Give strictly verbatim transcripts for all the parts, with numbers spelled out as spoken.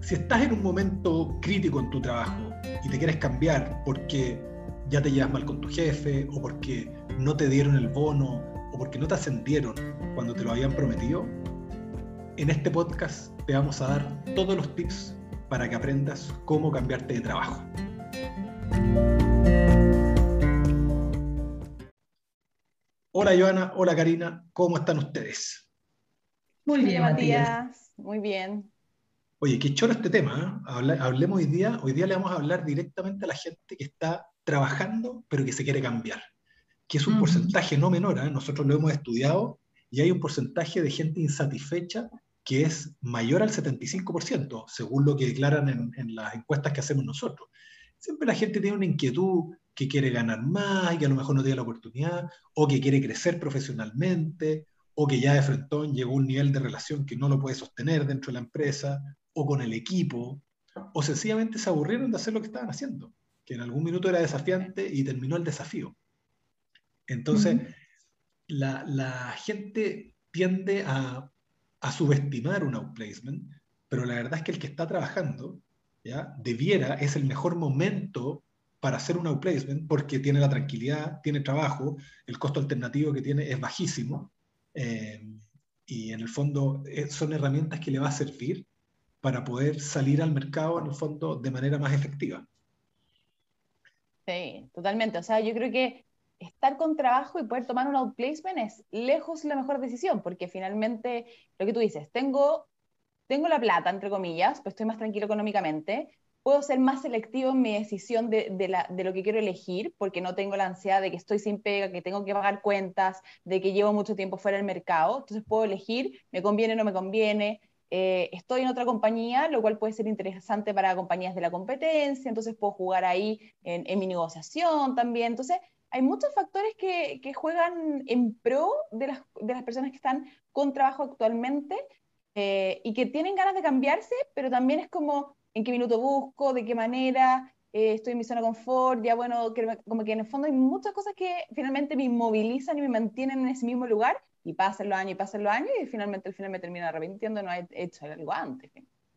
si estás en un momento crítico en tu trabajo y te quieres cambiar porque ya te llevas mal con tu jefe, o porque no te dieron el bono, o porque no te ascendieron cuando te lo habían prometido, en este podcast te vamos a dar todos los tips para que aprendas cómo cambiarte de trabajo. Hola Joana, hola Karina, ¿cómo están ustedes? Muy bien, Hola, Matías. Matías. Muy bien. Oye, qué choro este tema, ¿eh? Habla- hablemos hoy día, hoy día le vamos a hablar directamente a la gente que está trabajando, pero que se quiere cambiar, que es un Ujú. porcentaje no menor, ¿eh? Nosotros lo hemos estudiado y hay un porcentaje de gente insatisfecha que es mayor al setenta y cinco por ciento, según lo que declaran en, en las encuestas que hacemos nosotros. Siempre la gente tiene una inquietud que quiere ganar más y que a lo mejor no tiene la oportunidad, o que quiere crecer profesionalmente, o que ya de frentón llegó a un nivel de relación que no lo puede sostener dentro de la empresa, o con el equipo, o sencillamente se aburrieron de hacer lo que estaban haciendo, que en algún minuto era desafiante y terminó el desafío. Entonces, Ujú. la, la gente tiende a, a subestimar un outplacement, pero la verdad es que el que está trabajando, ¿ya? Debiera, es el mejor momento para hacer un outplacement porque tiene la tranquilidad, tiene trabajo, el costo alternativo que tiene es bajísimo, eh, y en el fondo eh, son herramientas que le va a servir para poder salir al mercado en el fondo de manera más efectiva. Sí, totalmente. O sea, yo creo que estar con trabajo y poder tomar un outplacement es lejos la mejor decisión, porque finalmente, lo que tú dices, tengo, tengo la plata, entre comillas, pues estoy más tranquilo económicamente, puedo ser más selectivo en mi decisión de, de, la, de lo que quiero elegir, porque no tengo la ansiedad de que estoy sin pega, que tengo que pagar cuentas, de que llevo mucho tiempo fuera del mercado. Entonces puedo elegir, me conviene o no me conviene. Eh, estoy en otra compañía, lo cual puede ser interesante para compañías de la competencia, entonces puedo jugar ahí en, en mi negociación también. Entonces, hay muchos factores que, que juegan en pro de las, de las personas que están con trabajo actualmente, eh, y que tienen ganas de cambiarse, pero también es como en qué minuto busco, de qué manera, eh, estoy en mi zona de confort, ya bueno, que, como que en el fondo hay muchas cosas que finalmente me inmovilizan y me mantienen en ese mismo lugar, y pasan los años y pasan los años, y finalmente al final me termino arrepintiendo de no haber hecho algo antes.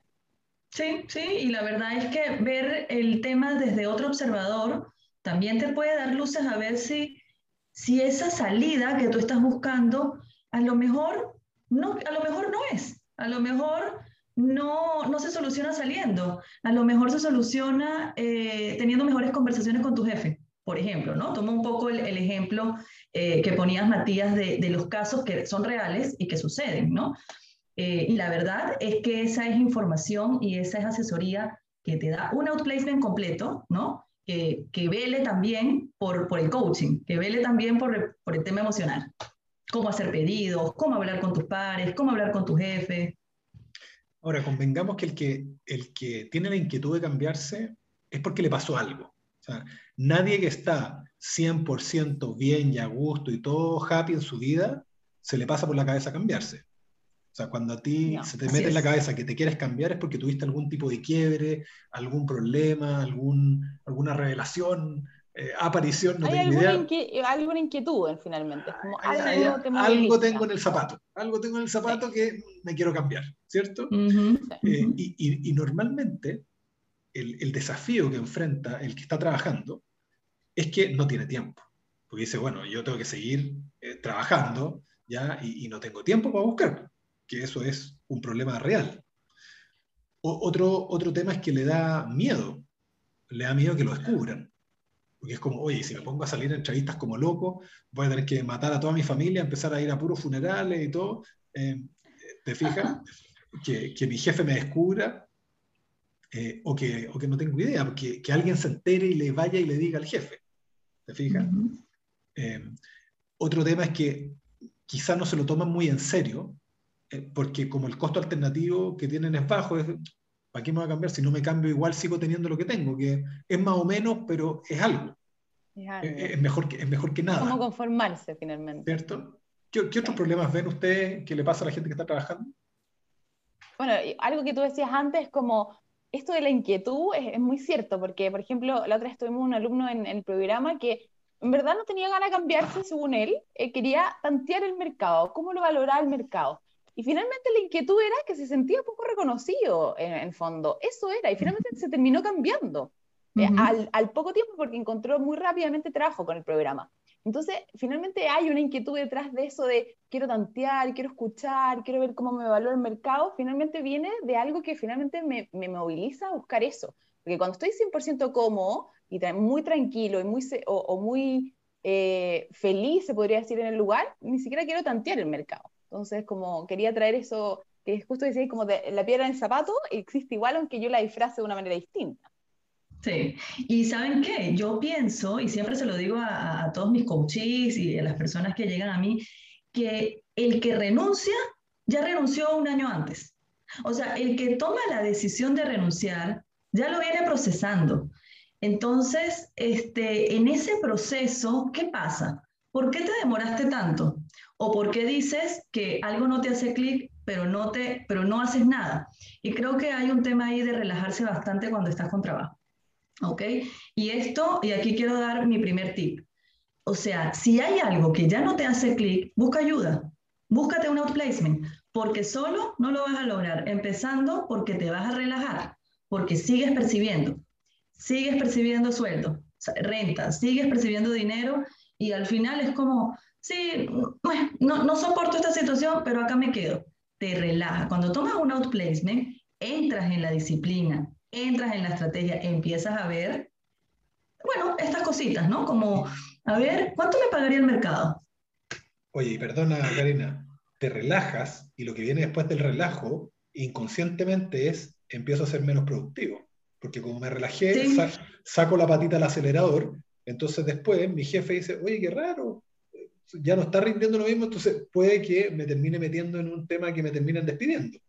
Sí, sí, y la verdad es que ver el tema desde otro observador también te puede dar luces a ver si, si esa salida que tú estás buscando, a lo mejor no, a lo mejor no es, a lo mejor no, no se soluciona saliendo, a lo mejor se soluciona eh, teniendo mejores conversaciones con tu jefe, por ejemplo, ¿no? Toma un poco el, el ejemplo eh, que ponías, Matías, de, de los casos que son reales y que suceden, ¿no? Eh, y la verdad es que esa es información y esa es asesoría que te da un outplacement completo, ¿no? Que, que vele también por, por el coaching, que vele también por, por el tema emocional. Cómo hacer pedidos, cómo hablar con tus pares, cómo hablar con tu jefe. Ahora, convengamos que el que, el que tiene la inquietud de cambiarse es porque le pasó algo. O sea, nadie que está cien por ciento bien y a gusto y todo happy en su vida, se le pasa por la cabeza cambiarse. O sea, cuando a ti No. se te Así mete en la es. cabeza que te quieres cambiar es porque tuviste algún tipo de quiebre, algún problema, algún, alguna revelación, eh, aparición, no Hay tengo alguna, idea. inqui alguna inquietud eh, finalmente, es como Hay- hay- algo te algo tengo moviliza. en el zapato, algo tengo en el Sí, zapato que me quiero cambiar, ¿cierto? Ujú, sí. Eh, ujú. y, y- y normalmente el, el desafío que enfrenta el que está trabajando es que no tiene tiempo. Porque dice, bueno, yo tengo que seguir eh, trabajando, ¿ya? Y, y no tengo tiempo para buscar, que eso es un problema real. O- otro, otro tema es que le da miedo, le da miedo que lo descubran. Porque es como, oye, si me pongo a salir en entrevistas como loco, voy a tener que matar a toda mi familia, empezar a ir a puros funerales y todo. Eh, ¿Te fijas? Que, que mi jefe me descubra, eh, o, que, o que no tengo idea, porque que alguien se entere y le vaya y le diga al jefe. ¿Te fijas? Ujú. Eh, Otro tema es que quizás no se lo toman muy en serio, eh, porque como el costo alternativo que tienen es bajo, es, ¿para qué me voy a cambiar? Si no me cambio, igual sigo teniendo lo que tengo, que es más o menos, pero es algo. Es Es, algo. es mejor, que, es mejor que Es como nada, conformarse finalmente. ¿cierto? ¿Qué, qué otros Sí. problemas ven ustedes que le pasa a la gente que está trabajando? Bueno, y algo que tú decías antes, como esto de la inquietud es, es muy cierto, porque, por ejemplo, la otra vez tuvimos un alumno en, en el programa que en verdad no tenía ganas de cambiarse, según él, eh, quería tantear el mercado, cómo lo valoraba el mercado. y finalmente la inquietud era que se sentía poco reconocido en el fondo, eso era, y finalmente se terminó cambiando eh, Ujú. al, al poco tiempo porque encontró muy rápidamente trabajo con el programa. Entonces, finalmente hay una inquietud detrás de eso de quiero tantear, quiero escuchar, quiero ver cómo me evalúa el mercado, finalmente viene de algo que finalmente me, me moviliza a buscar eso. Porque cuando estoy cien por ciento cómodo y tra muy tranquilo y muy, o, o muy eh, feliz, se podría decir, en el lugar, ni siquiera quiero tantear el mercado. Entonces, como quería traer eso, que justo decíais, como de la piedra en el zapato, existe igual, aunque yo la disfrace de una manera distinta. Sí, y ¿saben qué? Yo pienso, y siempre se lo digo a, a todos mis coaches y a las personas que llegan a mí, que el que renuncia ya renunció un año antes. O sea, el que toma la decisión de renunciar ya lo viene procesando. Entonces, este, en ese proceso, ¿qué pasa? ¿Por qué te demoraste tanto? ¿O por qué dices que algo no te hace clic, pero no te, pero no haces nada? Y creo que hay un tema ahí de relajarse bastante cuando estás con trabajo. ¿Ok? Y esto, y aquí quiero dar mi primer tip. O sea, si hay algo que ya no te hace clic, busca ayuda. Búscate un outplacement, porque solo no lo vas a lograr. Empezando porque te vas a relajar, porque sigues percibiendo, sigues percibiendo sueldo, renta, sigues percibiendo dinero y al final es como, sí, bueno, no, no soporto esta situación, pero acá me quedo. Te relaja. Cuando tomas un outplacement, entras en la disciplina, entras en la estrategia, empiezas a ver, bueno, estas cositas, ¿no? Como, a ver, ¿cuánto me pagaría el mercado? Oye, y perdona, Karina, te relajas y lo que viene después del relajo, inconscientemente es, empiezo a ser menos productivo. Porque como me relajé, sa Sí, saco la patita al acelerador, entonces después mi jefe dice, oye, qué raro, ya no está rindiendo lo mismo, entonces puede que me termine metiendo en un tema que me terminen despidiendo.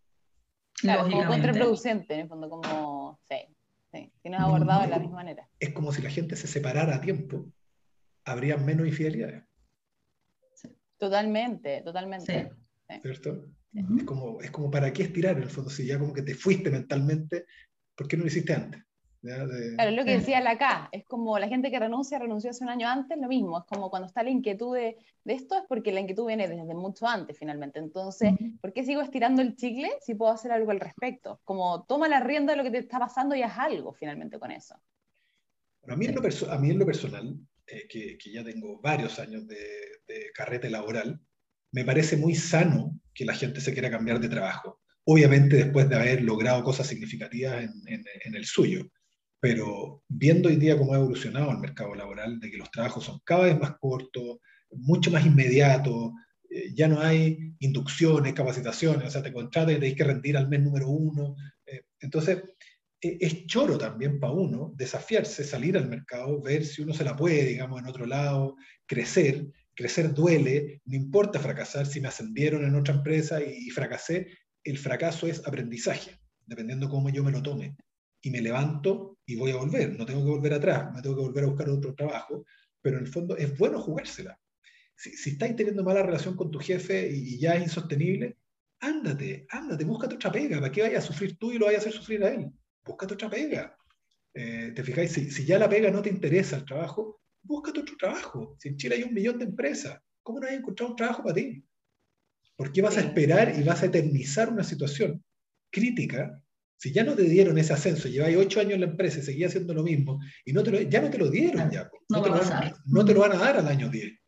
Claro, es como lógicamente. contraproducente, en el fondo, como, sí, sí, si no es abordado de Es, la Ujú. misma manera. es como si la gente se separara a tiempo, habría menos infidelidades, Sí, Totalmente, totalmente. sí. Sí, ¿cierto? sí. Es Ujú. como, es como para qué estirar en el fondo, si ya como que te fuiste mentalmente, ¿por qué no lo hiciste antes? ¿Ya? De, Claro, es lo que Sí. decía la acá, es como la gente que renuncia, renunció hace un año antes, lo mismo, es como cuando está la inquietud de, de esto, es porque la inquietud viene desde mucho antes finalmente. Entonces, Ujú. ¿por qué sigo estirando el chicle si puedo hacer algo al respecto? Como toma la rienda de lo que te está pasando y haz algo finalmente con eso. Bueno, a, mí en lo Sí. a mí en lo personal, eh, que, que, ya tengo varios años de, de carrete laboral, me parece muy sano que la gente se quiera cambiar de trabajo. Obviamente después de haber logrado cosas significativas en, en, en el suyo. Pero viendo hoy día cómo ha evolucionado el mercado laboral, de que los trabajos son cada vez más cortos, mucho más inmediatos, eh, ya no hay inducciones, capacitaciones, o sea, te contratas y tenés que rendir al mes número uno. Eh, entonces, eh, es choro también para uno desafiarse, salir al mercado, ver si uno se la puede, digamos, en otro lado, crecer. Crecer duele, no importa fracasar, si me ascendieron en otra empresa y, y fracasé, el fracaso es aprendizaje, dependiendo cómo yo me lo tome y me levanto y voy a volver. No tengo que volver atrás, me tengo que volver a buscar otro trabajo, pero en el fondo es bueno jugársela. Si, si estáis teniendo mala relación con tu jefe y, y ya es insostenible, ándate, ándate, búscate otra pega. ¿Para qué vayas a sufrir tú y lo vayas a hacer sufrir a él? Búscate otra pega. Eh, ¿Te fijáis? Si, si ya la pega no te interesa el trabajo, búscate otro trabajo. Si en Chile hay un millón de empresas, ¿cómo no vas a encontrar un trabajo para ti? ¿Por qué vas a Sí, esperar y vas a eternizar una situación crítica? Si ya no te dieron ese ascenso, lleváis ocho años en la empresa y seguías haciendo lo mismo, y no te lo, ya no te lo dieron, Claro. ya, no No te va a lo van, pasar. no te lo Ujú. van a dar al año diez.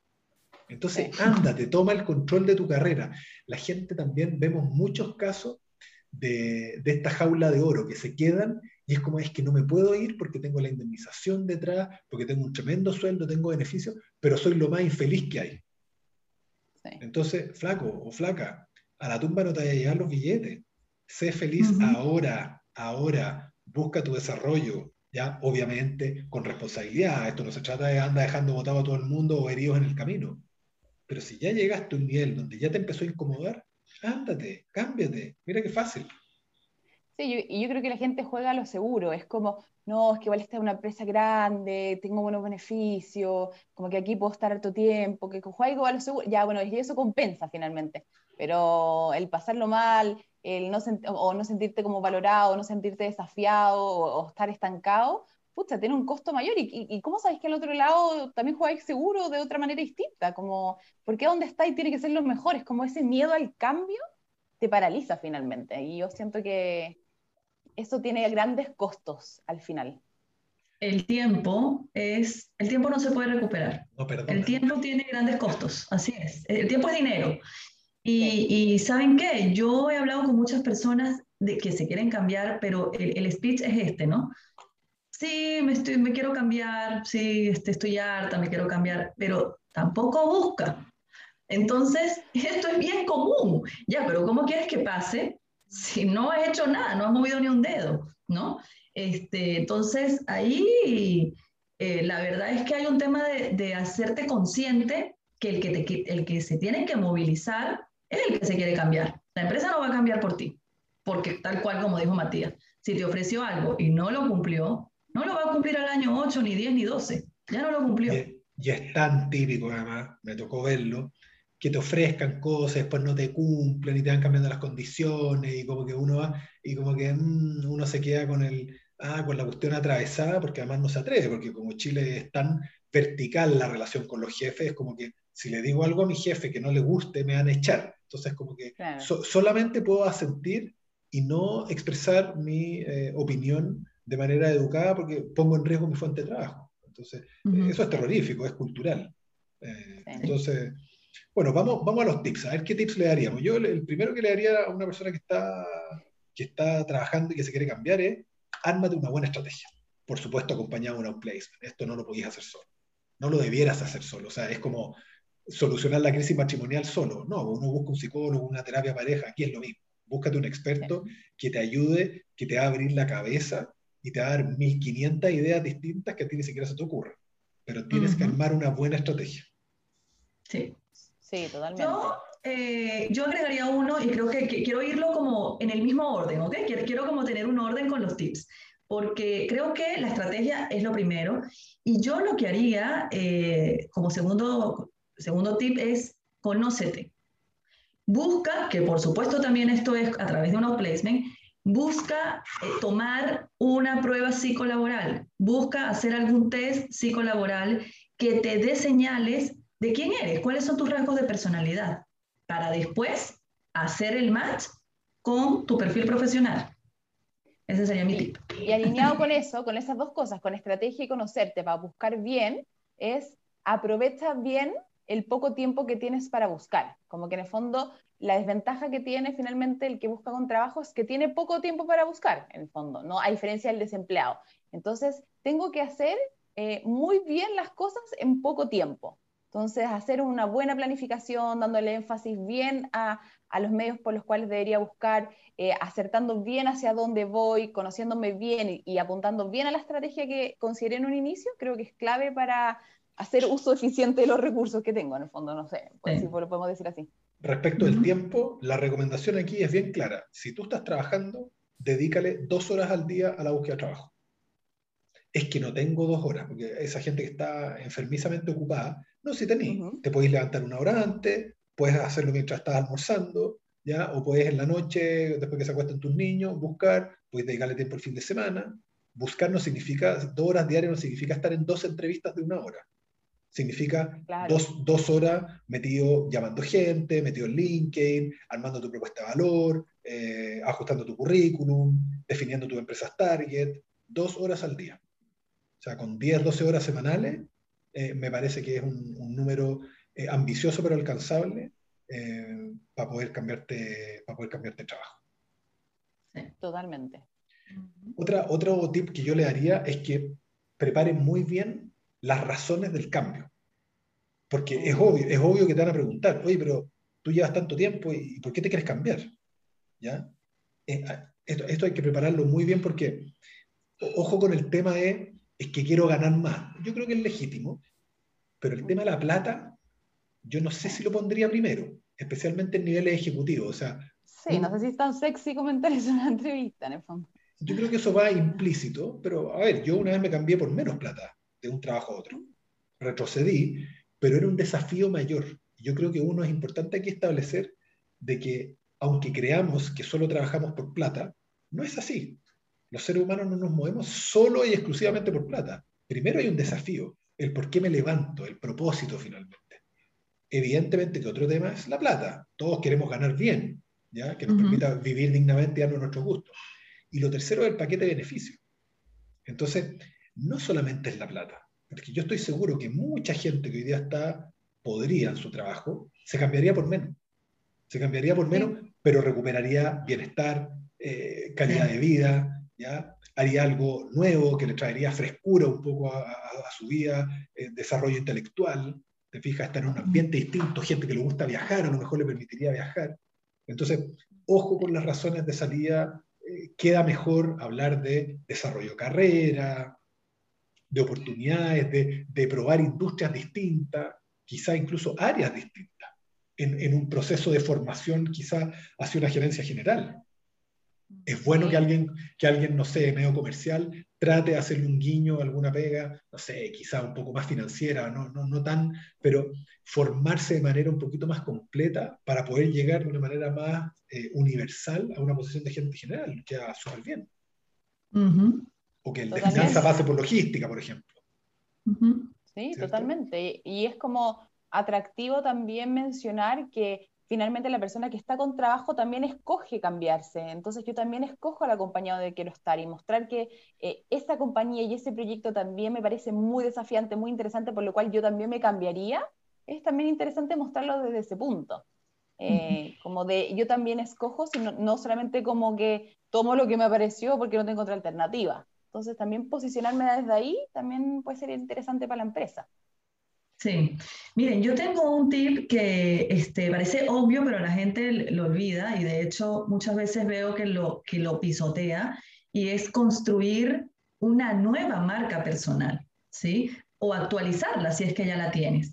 sí. Entonces, ándate, toma el control de tu carrera. La gente también, vemos muchos casos de, de esta jaula de oro que se quedan y es como es que no me puedo ir porque tengo la indemnización detrás, porque tengo un tremendo sueldo, tengo beneficios, pero soy lo más infeliz que hay. Sí. Entonces, flaco o flaca, a la tumba no te vayan a llegar los billetes. Sé feliz Ujú. ahora, ahora. Busca tu desarrollo, ya, obviamente, con responsabilidad. Esto no se trata de andar dejando botado a todo el mundo o heridos en el camino. Pero si ya llegaste a un nivel donde ya te empezó a incomodar, ándate, cámbiate. Mira qué fácil. Sí, yo, y yo creo que la gente juega a lo seguro, es como, no, es que igual esta es una empresa grande, tengo buenos beneficios, como que aquí puedo estar harto tiempo, que juego a lo seguro, ya bueno, y eso compensa finalmente, pero el pasarlo mal, el no sent- o no sentirte como valorado, no sentirte desafiado o, o estar estancado, pucha, tiene un costo mayor, y, y, y ¿cómo sabéis que al otro lado también jugáis seguro de otra manera distinta? Como, ¿por qué donde estáis tiene que ser lo mejor? Es como ese miedo al cambio te paraliza finalmente. Y yo siento que eso tiene grandes costos al final. El tiempo es, el tiempo no se puede recuperar. No, perdona. El tiempo tiene grandes costos, así es. El tiempo es dinero. Y, Sí. y ¿saben qué? Yo he hablado con muchas personas de que se quieren cambiar, pero el, el speech es este, ¿no? Sí, me, estoy, me quiero cambiar, sí, este, estoy harta, me quiero cambiar, pero tampoco busca. Entonces, esto es bien común. Ya, pero ¿cómo quieres que pase si no has hecho nada, no has movido ni un dedo, ¿no? Este, entonces, ahí eh, la verdad es que hay un tema de, de hacerte consciente que el que, te, el que se tiene que movilizar es el que se quiere cambiar. La empresa no va a cambiar por ti, porque tal cual como dijo Matías, si te ofreció algo y no lo cumplió, no lo va a cumplir al año ocho, ni diez, ni doce. Ya no lo cumplió. Y es, y es tan típico, además, me tocó verlo, que te ofrezcan cosas, después no te cumplen y te van cambiando las condiciones y como que uno va y como que mmm, uno se queda con el ah, con la cuestión atravesada porque además no se atreve, porque como Chile es tan vertical la relación con los jefes, es como que si le digo algo a mi jefe que no le guste, me van a echar. Entonces como que Claro. so, solamente puedo asentir y no expresar mi eh, opinión de manera educada porque pongo en riesgo mi fuente de trabajo. Entonces, Uh-huh. eso es terrorífico, es cultural. Eh, Sí. entonces, bueno, vamos, vamos a los tips, a ver qué tips le daríamos. Yo el primero que le daría a una persona que está, que está trabajando y que se quiere cambiar es, ármate una buena estrategia. Por supuesto, acompañado de un outplacement. Esto no lo podías hacer solo. No lo debieras hacer solo. O sea, es como solucionar la crisis matrimonial solo. No, uno busca un psicólogo, una terapia pareja, aquí es lo mismo. Búscate un experto Sí. que te ayude, que te va a abrir la cabeza y te va a dar mil quinientas ideas distintas que a ti ni siquiera se te ocurren. Pero tienes uh-huh. que armar una buena estrategia. Sí. Sí, totalmente. Yo, eh, yo agregaría uno y creo que, que quiero irlo como en el mismo orden, ¿ok? Quiero, quiero como tener un orden con los tips, porque creo que la estrategia es lo primero y yo lo que haría eh, como segundo, segundo tip es conócete. Busca, que por supuesto también esto es a través de un outplacement, busca eh, tomar una prueba psicolaboral, busca hacer algún test psicolaboral que te dé señales de quién eres, cuáles son tus rasgos de personalidad, para después hacer el match con tu perfil profesional. Ese sería mi tip. Y, y alineado con eso, con esas dos cosas, con estrategia y conocerte para buscar bien, es aprovecha bien el poco tiempo que tienes para buscar. Como que en el fondo la desventaja que tiene finalmente el que busca con trabajo es que tiene poco tiempo para buscar, en el fondo, ¿no? A diferencia del desempleado. Entonces, tengo que hacer eh, muy bien las cosas en poco tiempo. Entonces, hacer una buena planificación, dándole énfasis bien a, a los medios por los cuales debería buscar, eh, acertando bien hacia dónde voy, conociéndome bien y, y apuntando bien a la estrategia que consideré en un inicio, creo que es clave para hacer uso eficiente de los recursos que tengo, en el fondo, no sé, pues, sí. Si lo podemos decir así. Respecto del tiempo, la recomendación aquí es bien clara. Si tú estás trabajando, dedícale dos horas al día a la búsqueda de trabajo. Es que no tengo dos horas, porque esa gente que está enfermizamente ocupada, no, si tenés, uh-huh. te podéis levantar una hora antes, puedes hacerlo mientras estás almorzando, ¿ya? O puedes en la noche, después que se acuesten tus niños, buscar, puedes dedicarle tiempo el fin de semana. Buscar no significa, dos horas diarias no significa estar en dos entrevistas de una hora. Significa claro. dos, dos horas metido llamando gente, metido en LinkedIn, armando tu propuesta de valor, eh, ajustando tu currículum, definiendo tus empresas target, dos horas al día. O sea, con diez, doce horas semanales, eh, me parece que es un, un número eh, ambicioso pero alcanzable eh, para poder cambiarte, para poder cambiarte de trabajo. Sí, totalmente. Otra, otro tip que yo le daría es que preparen muy bien las razones del cambio. Porque uh-huh. es obvio, es obvio que te van a preguntar, oye, pero tú llevas tanto tiempo y ¿por qué te quieres cambiar? ¿Ya? Eh, esto, esto hay que prepararlo muy bien porque, ojo con el tema de, es que quiero ganar más. Yo creo que es legítimo, pero el tema de la plata, yo no sé si lo pondría primero, especialmente en niveles ejecutivos. O sea, sí, un, no sé si es tan sexy comentar eso en una entrevista, en el fondo. Yo creo que eso va implícito, pero a ver, yo una vez me cambié por menos plata de un trabajo a otro. Retrocedí, pero era un desafío mayor. Yo creo que uno es importante aquí establecer de que, aunque creamos que solo trabajamos por plata, no es así. Los seres humanos no nos movemos solo y exclusivamente por plata. Primero hay un desafío, el por qué me levanto, el propósito finalmente. Evidentemente que otro tema es la plata. Todos queremos ganar bien, ¿ya? Que nos Ujú. permita vivir dignamente y darnos nuestros gustos. Y lo tercero es el paquete de beneficios. Entonces, no solamente es la plata, porque yo estoy seguro que mucha gente que hoy día está podrida en su trabajo, se cambiaría por menos. Se cambiaría por menos, Sí, pero recuperaría bienestar, eh, calidad de sí. vida, ¿ya? Haría algo nuevo que le traería frescura un poco a, a- a su vida, eh, desarrollo intelectual, te fijas, está en un ambiente distinto, gente que le gusta viajar, a lo mejor le permitiría viajar. Entonces, ojo con las razones de salida, eh, queda mejor hablar de desarrollo de carrera, de oportunidades, de, de probar industrias distintas, quizá incluso áreas distintas, en, en un proceso de formación quizá hacia una gerencia general. Es bueno que Sí, alguien, que alguien, no sé, medio comercial, trate de hacerle un guiño a alguna pega, no sé, quizá un poco más financiera, no, no, no tan, pero formarse de manera un poquito más completa para poder llegar de una manera más eh, universal a una posición de gerente general, que va súper bien. Ujú, O que el de finanzas totalmente. pase por logística, por ejemplo. ujú. Sí, ¿Cierto? totalmente. Y, y es como atractivo también mencionar que finalmente la persona que está con trabajo también escoge cambiarse. Entonces yo también escojo la compañía donde quiero estar y mostrar que eh, esa compañía y ese proyecto también me parece muy desafiante, muy interesante, por lo cual yo también me cambiaría. Es también interesante mostrarlo desde ese punto. Eh, como de yo también escojo, sino, no solamente como que tomo lo que me apareció porque no tengo otra alternativa. Entonces también posicionarme desde ahí también puede ser interesante para la empresa. Sí, miren, yo tengo un tip que este, parece obvio, pero la gente lo olvida y de hecho muchas veces veo que lo, que lo pisotea y es construir una nueva marca personal, ¿sí? O actualizarla si es que ya la tienes.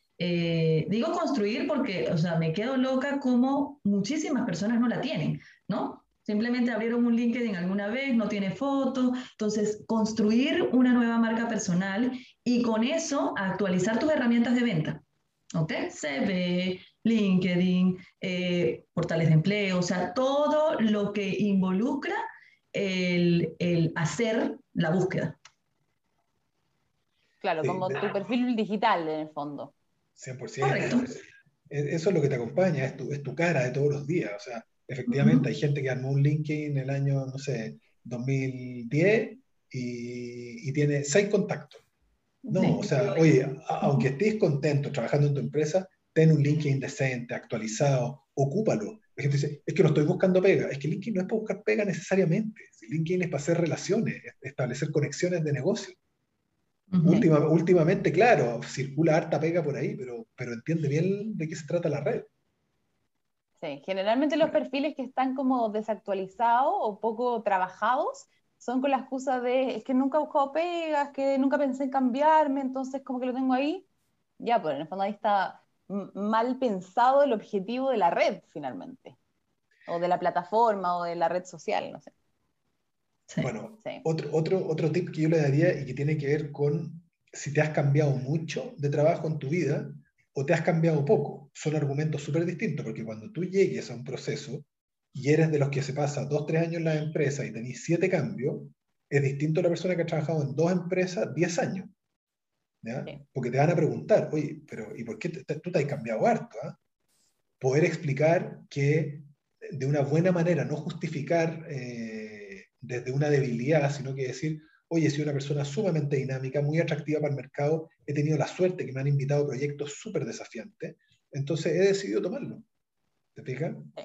Eh, digo construir porque, o sea, me quedo loca como muchísimas personas no la tienen, ¿no? Simplemente abrieron un LinkedIn alguna vez, no tiene foto. Entonces, construir una nueva marca personal y con eso actualizar tus herramientas de venta, ¿ok? C V, LinkedIn, eh, portales de empleo, o sea, todo lo que involucra el, el hacer la búsqueda. Claro, Sí, como de- tu perfil digital en el fondo. cien por ciento. Correcto. E- Eso es lo que te acompaña, es tu, es tu cara de todos los días. O sea, efectivamente, hay Ujú. gente que armó un LinkedIn en el año, no sé, dos mil diez y, y tiene seis contactos. No, o Sí, sea, lo oye, mismo. a- aunque Ujú. estés contento trabajando en tu empresa, ten un LinkedIn decente, actualizado, ocúpalo. La gente dice, es que no estoy buscando pega. Es que LinkedIn no es para buscar pega necesariamente. Si LinkedIn es para hacer relaciones, es- establecer conexiones de negocio. Ujú. Última, últimamente, claro, circula harta pega por ahí, pero, pero entiende bien de qué se trata la red. Sí, generalmente los perfiles que están como desactualizados o poco trabajados son con la excusa de es que nunca he buscado pegas, que nunca pensé en cambiarme, entonces como que lo tengo ahí. Ya, pues en el fondo ahí está m- mal pensado el objetivo de la red finalmente, o de la plataforma o de la red social, no sé. Sí. Bueno, Sí. otro, otro, otro tip que yo le daría y que tiene que ver con si te has cambiado mucho de trabajo en tu vida o te has cambiado poco. Son argumentos súper distintos, porque cuando tú llegues a un proceso y eres de los que se pasa dos, tres años en la empresa y tenés siete cambios, es distinto a la persona que ha trabajado en dos empresas diez años, ¿ya? Sí. Porque te van a preguntar, oye, pero ¿y por qué te- te- tú te has cambiado harto? ¿Ah? Poder explicar que de una buena manera, no justificar eh, desde una debilidad, sino que decir, oye, soy una persona sumamente dinámica, muy atractiva para el mercado, he tenido la suerte que me han invitado a proyectos súper desafiantes, entonces he decidido tomarlo, ¿te fijas? Sí.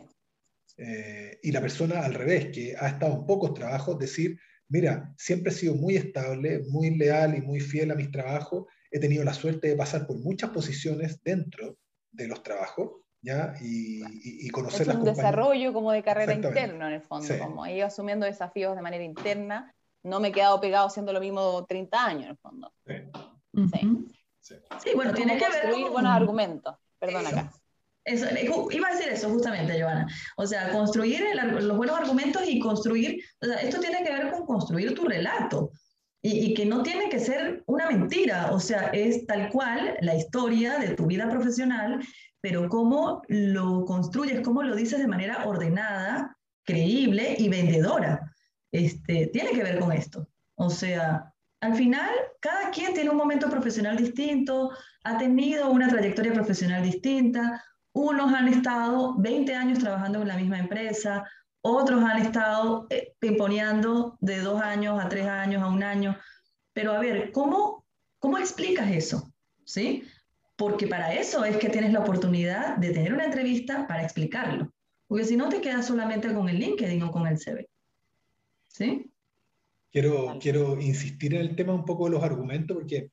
Eh, y la persona al revés, que ha estado en pocos trabajos, decir, mira, siempre he sido muy estable, muy leal y muy fiel a mis trabajos, he tenido la suerte de pasar por muchas posiciones dentro de los trabajos, ¿ya? Y, y, y He conocer hecho las un compañías. desarrollo como de carrera Exactamente. interno en el Sí, fondo, como he ido asumiendo desafíos de manera interna, no me he quedado pegado haciendo lo mismo treinta años en el fondo. sí, Sí. Ujú. sí. Sí, bueno, Es tiene como que ver construir buenos con argumentos. Perdón eso. acá. Eso, ju- iba a decir eso justamente, Joana. O sea, construir el ar- los buenos argumentos y construir, o sea, esto tiene que ver con construir tu relato y, y que no tiene que ser una mentira, o sea, es tal cual la historia de tu vida profesional, pero cómo lo construyes, cómo lo dices de manera ordenada, creíble y vendedora. Este, tiene que ver con esto. O sea, al final, cada quien tiene un momento profesional distinto, ha tenido una trayectoria profesional distinta. Unos han estado veinte años trabajando en la misma empresa, otros han estado eh, pimponeando de dos años a tres años a un año. Pero a ver, ¿cómo, cómo explicas eso? ¿Sí? Porque para eso es que tienes la oportunidad de tener una entrevista para explicarlo. Porque si no te quedas solamente con el LinkedIn o con el C V. ¿Sí? Quiero, quiero insistir en el tema un poco de los argumentos, porque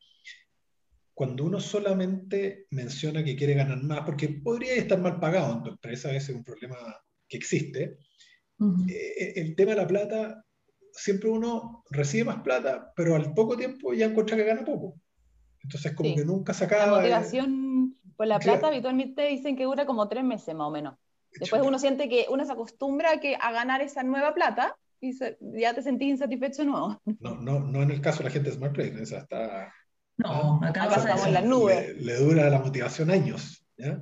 cuando uno solamente menciona que quiere ganar más, porque podría estar mal pagado en tu empresa, ese es un problema que existe, uh-huh. eh, el tema de la plata, siempre uno recibe más plata, pero al poco tiempo ya encuentra que gana poco. Entonces como sí. que nunca se acaba. La motivación eh, por la plata claro. habitualmente dicen que dura como tres meses más o menos. Después uno siente que uno se acostumbra a, que, a ganar esa nueva plata y se, ya te sentís insatisfecho nuevo. No, no, no en el caso de la gente de SmartPlay, esa está... No, ¿ah? acá, acá estamos en la nube. Le, le dura la motivación años. ¿Ya?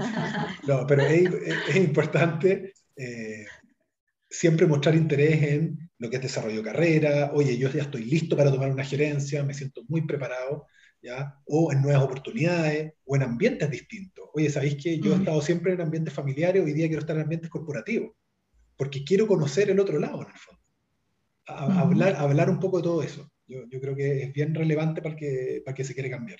No, pero es, es, es importante eh, siempre mostrar interés en lo que es desarrollo de carrera. Oye, yo ya estoy listo para tomar una gerencia, me siento muy preparado. ¿Ya? O en nuevas oportunidades, o en ambientes distintos. Oye, ¿sabéis que yo he estado siempre en ambientes familiares, hoy día quiero estar en ambientes corporativos? Porque quiero conocer el otro lado, en el fondo. A, uh-huh. hablar, hablar un poco de todo eso. Yo, yo creo que es bien relevante para el que, para el que se quiere cambiar.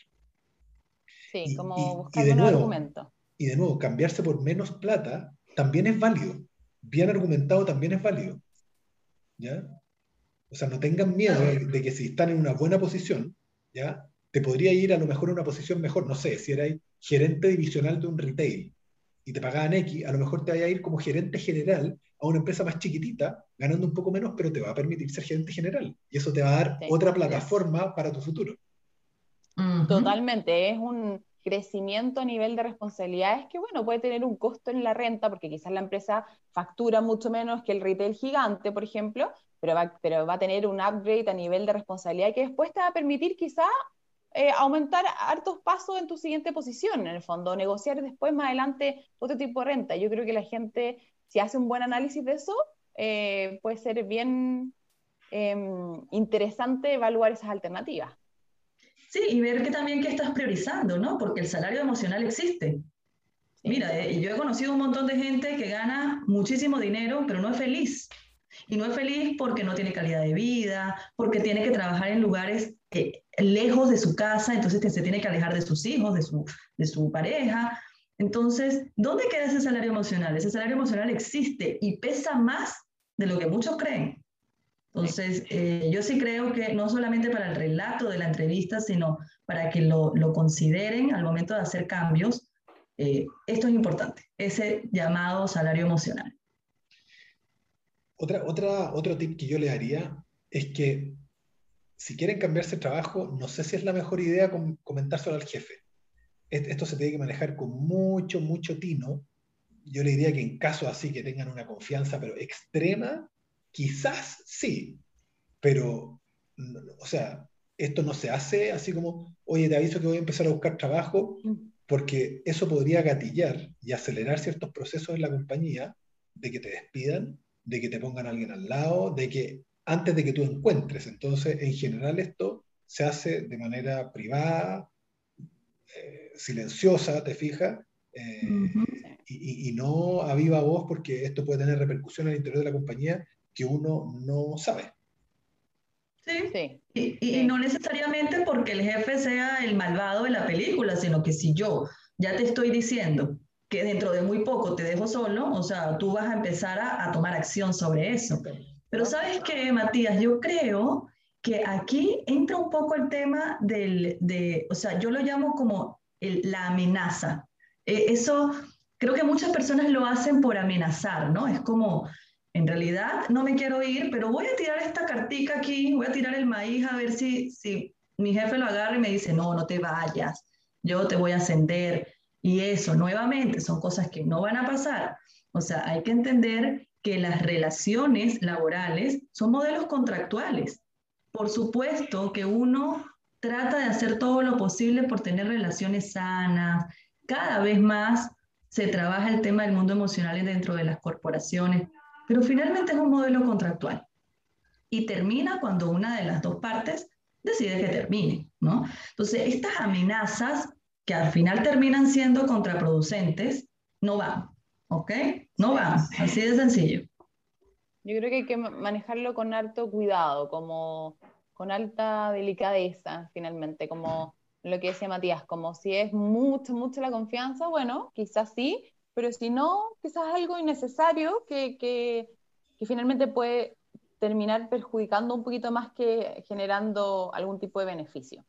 Sí, y, como y, buscar y un nuevo, argumento. Y de nuevo, cambiarse por menos plata también es válido. Bien argumentado también es válido. ¿Ya? O sea, no tengan miedo de, de que si están en una buena posición, ¿ya? Te podría ir a lo mejor a una posición mejor, no sé, si erais gerente divisional de un retail y te pagaban X, a lo mejor te vaya a ir como gerente general a una empresa más chiquitita, ganando un poco menos, pero te va a permitir ser gerente general. Y eso te va a dar sí, otra plataforma sí. para tu futuro. Uh-huh. Totalmente, es un crecimiento a nivel de responsabilidades que, bueno, puede tener un costo en la renta, porque quizás la empresa factura mucho menos que el retail gigante, por ejemplo, pero va, pero va a tener un upgrade a nivel de responsabilidad que después te va a permitir quizás eh, aumentar hartos pasos en tu siguiente posición, en el fondo, negociar después más adelante otro tipo de renta. Yo creo que la gente, si hace un buen análisis de eso, eh, puede ser bien eh, interesante evaluar esas alternativas. Sí, y ver que también qué estás priorizando, ¿no? Porque el salario emocional existe. Sí. Mira, eh, yo he conocido un montón de gente que gana muchísimo dinero, pero no es feliz. Y no es feliz porque no tiene calidad de vida, porque tiene que trabajar en lugares eh, lejos de su casa, entonces que se tiene que alejar de sus hijos, de su, de su pareja. Entonces, ¿dónde queda ese salario emocional? Ese salario emocional existe y pesa más de lo que muchos creen. Entonces, eh, yo sí creo que no solamente para el relato de la entrevista, sino para que lo, lo consideren al momento de hacer cambios, eh, esto es importante, ese llamado salario emocional. Otra, otra, otro tip que yo le daría es que si quieren cambiarse de trabajo, no sé si es la mejor idea com- comentárselo al jefe. Esto se tiene que manejar con mucho, mucho tino. Yo le diría que en casos así que tengan una confianza, pero extrema, quizás sí, pero, o sea, esto no se hace así como, oye, te aviso que voy a empezar a buscar trabajo, porque eso podría gatillar y acelerar ciertos procesos en la compañía de que te despidan, de que te pongan a alguien al lado, de que antes de que tú encuentres. Entonces, en general esto se hace de manera privada, eh, silenciosa, ¿te fijas? Eh, uh-huh. y, y, y no a viva voz, porque esto puede tener repercusiones al interior de la compañía que uno no sabe. Sí, sí. Y, y, sí. y no necesariamente porque el jefe sea el malvado de la película, sino que si yo ya te estoy diciendo que dentro de muy poco te dejo solo, o sea, tú vas a empezar a, a tomar acción sobre eso. Pero ¿sabes qué, Matías? Yo creo que aquí entra un poco el tema del, de, o sea, yo lo llamo como el, la amenaza. Eh, eso, creo que muchas personas lo hacen por amenazar, ¿no? Es como, en realidad no me quiero ir, pero voy a tirar esta cartica aquí, voy a tirar el maíz a ver si, si mi jefe lo agarra y me dice, no, no te vayas, yo te voy a ascender. Y eso, nuevamente, son cosas que no van a pasar. O sea, hay que entender que las relaciones laborales son modelos contractuales. Por supuesto que uno trata de hacer todo lo posible por tener relaciones sanas. Cada vez más se trabaja el tema del mundo emocional dentro de las corporaciones, pero finalmente es un modelo contractual. Y termina cuando una de las dos partes decide que termine, ¿no? Entonces, estas amenazas que al final terminan siendo contraproducentes, no va, ¿ok? No Sí. va, así de sencillo. Yo creo que hay que ma- manejarlo con harto cuidado, como con alta delicadeza, finalmente, como lo que decía Matías, como si es mucho, mucho la confianza, bueno, quizás sí, pero si no, quizás algo innecesario que, que, que finalmente puede terminar perjudicando un poquito más que generando algún tipo de beneficio.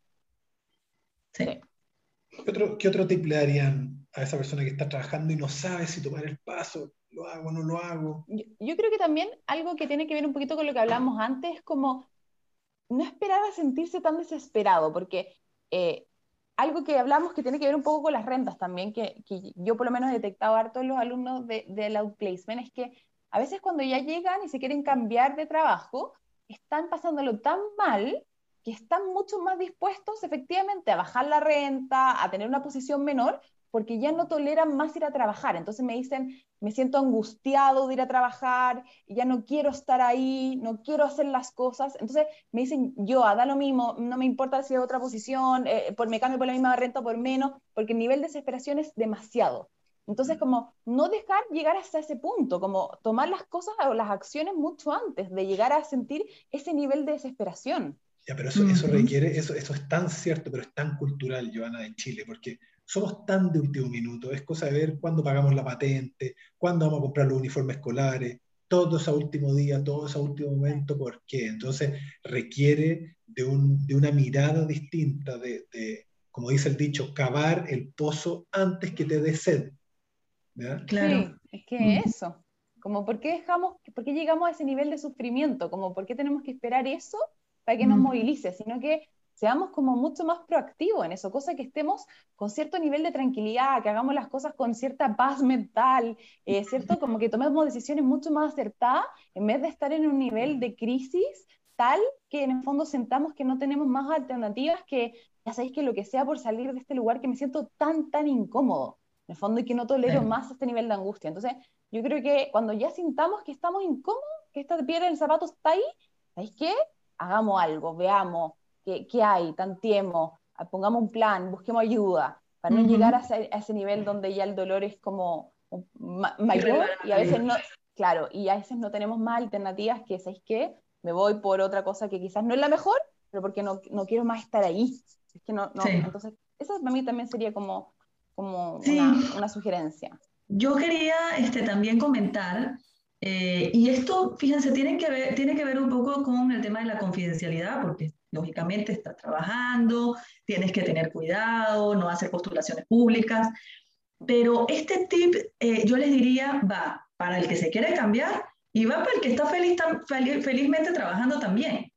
Sí. Sí. ¿Qué otro, qué otro tip le darían a esa persona que está trabajando y no sabe si tomar el paso? ¿Lo hago o no lo hago? Yo, yo creo que también algo que tiene que ver un poquito con lo que hablamos antes es como no esperar a sentirse tan desesperado, porque eh, algo que hablamos que tiene que ver un poco con las rentas también, que, que yo por lo menos he detectado harto en los alumnos de, del outplacement, es que a veces cuando ya llegan y se quieren cambiar de trabajo, están pasándolo tan mal que están mucho más dispuestos efectivamente a bajar la renta, a tener una posición menor, porque ya no toleran más ir a trabajar. Entonces me dicen, me siento angustiado de ir a trabajar, ya no quiero estar ahí, no quiero hacer las cosas. Entonces me dicen, yo, da lo mismo, no me importa si es otra posición, eh, por, me cambio por la misma renta o por menos, porque el nivel de desesperación es demasiado. Entonces, como no dejar llegar hasta ese punto, como tomar las cosas o las acciones mucho antes de llegar a sentir ese nivel de desesperación. Ya, pero eso, eso Ujú. requiere, eso, eso es tan cierto, pero es tan cultural, Joana, de Chile, porque somos tan de último minuto. Es cosa de ver cuándo pagamos la patente, cuándo vamos a comprar los uniformes escolares, todo ese último día, todo ese último momento, ¿por qué? Entonces requiere de, un, de una mirada distinta, de, de, como dice el dicho, cavar el pozo antes que te dé sed. ¿Ya? Claro. Sí, es que Ujú. eso, como por qué dejamos, por qué llegamos a ese nivel de sufrimiento, como por qué tenemos que esperar eso para que nos Ujú. movilice, sino que seamos como mucho más proactivos en eso, cosa que estemos con cierto nivel de tranquilidad, que hagamos las cosas con cierta paz mental, eh, ¿cierto? Como que tomemos decisiones mucho más acertadas en vez de estar en un nivel de crisis tal que en el fondo sentamos que no tenemos más alternativas que, ya sabéis que lo que sea por salir de este lugar que me siento tan, tan incómodo en el fondo, y que no tolero Sí. más este nivel de angustia. Entonces, yo creo que cuando ya sintamos que estamos incómodos, que esta piedra en el zapato está ahí, ¿sabéis qué? Hagamos algo, veamos qué, qué hay, tanteemos, pongamos un plan, busquemos ayuda, para no llegar a Ujú. ese, a ese nivel donde ya el dolor es como ma mayor y a veces Irreparable. no, claro, y a veces no tenemos más alternativas que, ¿sabéis qué? Me voy por otra cosa que quizás no es la mejor, pero porque no, no quiero más estar ahí. Es que no, no, Sí. entonces, eso para mí también sería como como una, Sí, una sugerencia. yo quería este, también comentar, eh, y esto, fíjense, tiene que ver, tiene que ver un poco con el tema de la confidencialidad, porque lógicamente estás trabajando, tienes que tener cuidado, no hacer postulaciones públicas, pero este tip eh, yo les diría va para el que se quiere cambiar y va para el que está feliz, feliz, felizmente trabajando también.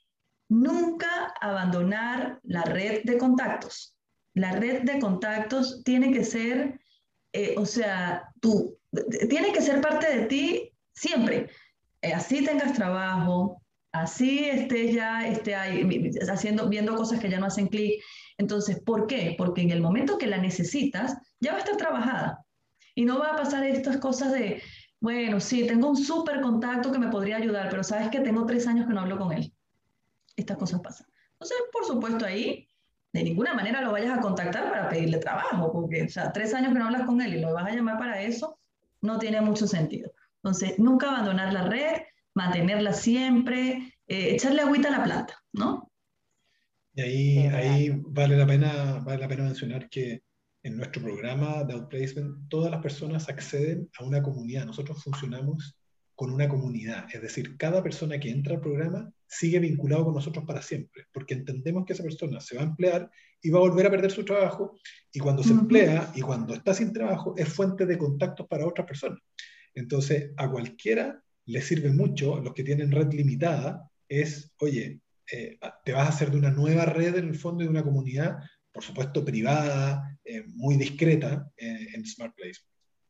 Nunca abandonar la red de contactos. La red de contactos tiene que ser eh, o sea, tú, tiene que ser parte de ti siempre. Eh, así tengas trabajo, así estés ya esté ahí, haciendo, viendo cosas que ya no hacen clic. Entonces, ¿por qué? Porque en el momento que la necesitas, ya va a estar trabajada. Y no va a pasar estas cosas de, bueno, sí, tengo un súper contacto que me podría ayudar, pero sabes que tengo tres años que no hablo con él. Estas cosas pasan. Entonces, por supuesto, ahí de ninguna manera lo vayas a contactar para pedirle trabajo, porque, o sea, tres años que no hablas con él y lo vas a llamar para eso, no tiene mucho sentido. Entonces, nunca abandonar la red, mantenerla siempre, eh, echarle agüita a la planta, ¿no? Y ahí, Sí, real. ahí vale la pena, vale la pena mencionar que en nuestro programa de Outplacement todas las personas acceden a una comunidad. Nosotros funcionamos con una comunidad, es decir, cada persona que entra al programa sigue vinculado con nosotros para siempre, porque entendemos que esa persona se va a emplear y va a volver a perder su trabajo, y cuando se Ujú. emplea y cuando está sin trabajo es fuente de contactos para otras personas. Entonces, a cualquiera le sirve mucho, los que tienen red limitada, es, oye, eh, te vas a hacer de una nueva red en el fondo y de una comunidad, por supuesto, privada, eh, muy discreta eh, en Smart Place.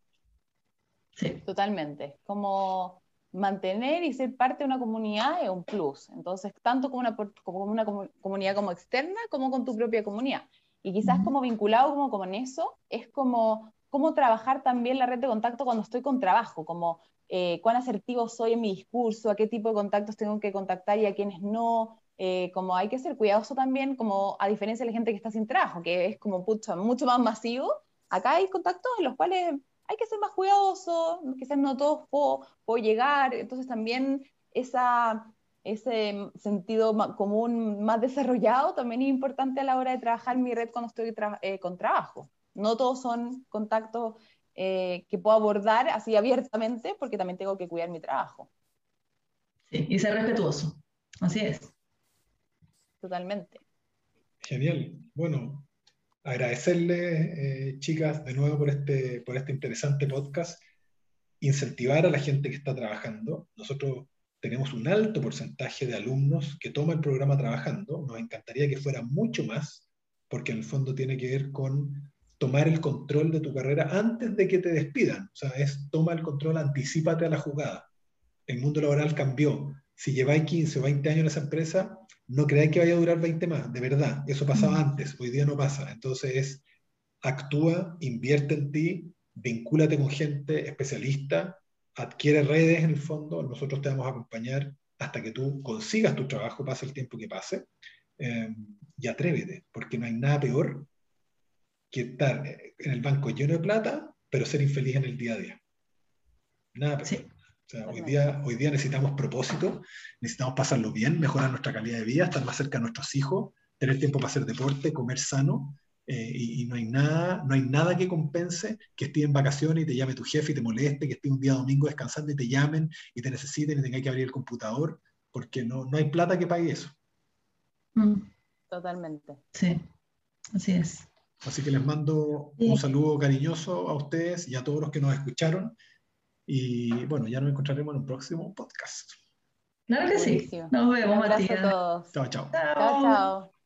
Sí, Totalmente. Como mantener y ser parte de una comunidad es un plus. Entonces, tanto como una, como una comunidad como externa, como con tu propia comunidad. Y quizás ujú, como vinculado como, como en eso, es como cómo trabajar también la red de contacto cuando estoy con trabajo, como eh, cuán asertivo soy en mi discurso, a qué tipo de contactos tengo que contactar y a quiénes no. Eh, como hay que ser cuidadoso también, como a diferencia de la gente que está sin trabajo, que es como pucha, mucho más masivo, acá hay contactos en los cuales hay que ser más cuidadoso, quizás no todos puedo, puedo llegar, entonces también esa, ese sentido común más desarrollado también es importante a la hora de trabajar mi red cuando estoy tra eh, con trabajo. No todos son contactos eh, que puedo abordar así abiertamente, porque también tengo que cuidar mi trabajo. Sí, y ser respetuoso, así es. Totalmente. Genial. Bueno, agradecerles, eh, chicas, de nuevo por este, por este interesante podcast. Incentivar a la gente que está trabajando. Nosotros tenemos un alto porcentaje de alumnos que toma el programa trabajando. Nos encantaría que fuera mucho más, porque en el fondo tiene que ver con tomar el control de tu carrera antes de que te despidan. O sea, es toma el control, anticípate a la jugada. El mundo laboral cambió. Si lleváis quince o veinte años en esa empresa, no creáis que vaya a durar veinte más, de verdad. Eso pasaba Mm. antes, hoy día no pasa. Entonces es, actúa, invierte en ti, vincúlate con gente especialista, adquiere redes en el fondo, nosotros te vamos a acompañar hasta que tú consigas tu trabajo, pase el tiempo que pase, eh, y atrévete, porque no hay nada peor que estar en el banco lleno de plata, pero ser infeliz en el día a día. Nada peor. Sí. O sea, hoy día, hoy día necesitamos propósito, necesitamos pasarlo bien, mejorar nuestra calidad de vida, estar más cerca de nuestros hijos, tener tiempo para hacer deporte, comer sano, eh, y, y no hay nada, no hay nada que compense que estés en vacaciones y te llame tu jefe y te moleste, que estés un día domingo descansando y te llamen y te necesiten y tengas que abrir el computador, porque no, no hay plata que pague eso. Mm. Totalmente. Sí, así es. Así que les mando Sí. un saludo cariñoso a ustedes y a todos los que nos escucharon. Y bueno, ya nos encontraremos en un próximo podcast. Claro que sí. Buenísimo. Nos vemos, Un abrazo Matías. a todos. Chao, chao. Chao, chao.